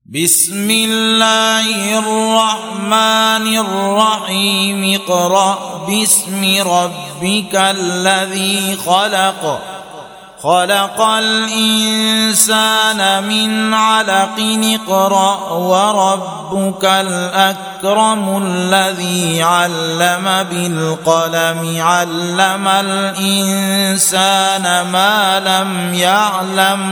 بسم الله الرحمن الرحيم اقرأ باسم ربك الذي خلق خلق الإنسان من علق اقرأ وربك الأكرم الذي علم بالقلم علم الإنسان ما لم يعلم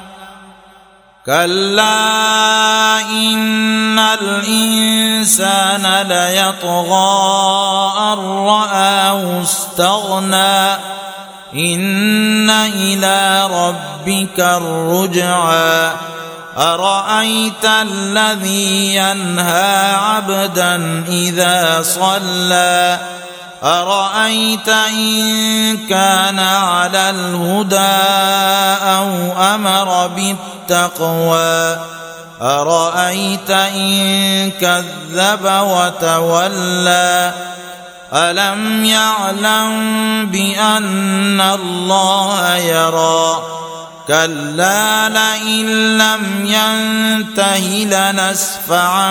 كلا إن الإنسان ليطغى أن رآه استغنى إن إلى ربك الرجعى أرأيت الذي ينهى عبدا إذا صلى أرأيت إن كان على الهدى أو أمر بالتقوى أرأيت إن كذب وتولى ألم يعلم بأن الله يرى كلا لئن لم ينته لنسفعا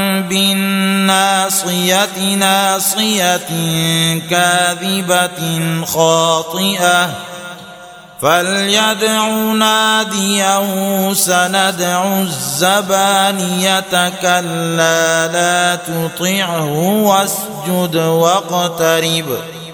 بالناصية ناصية كاذبة خاطئة فليدع ناديه سندع الزبانية كلا لا تطعه واسجد واقترب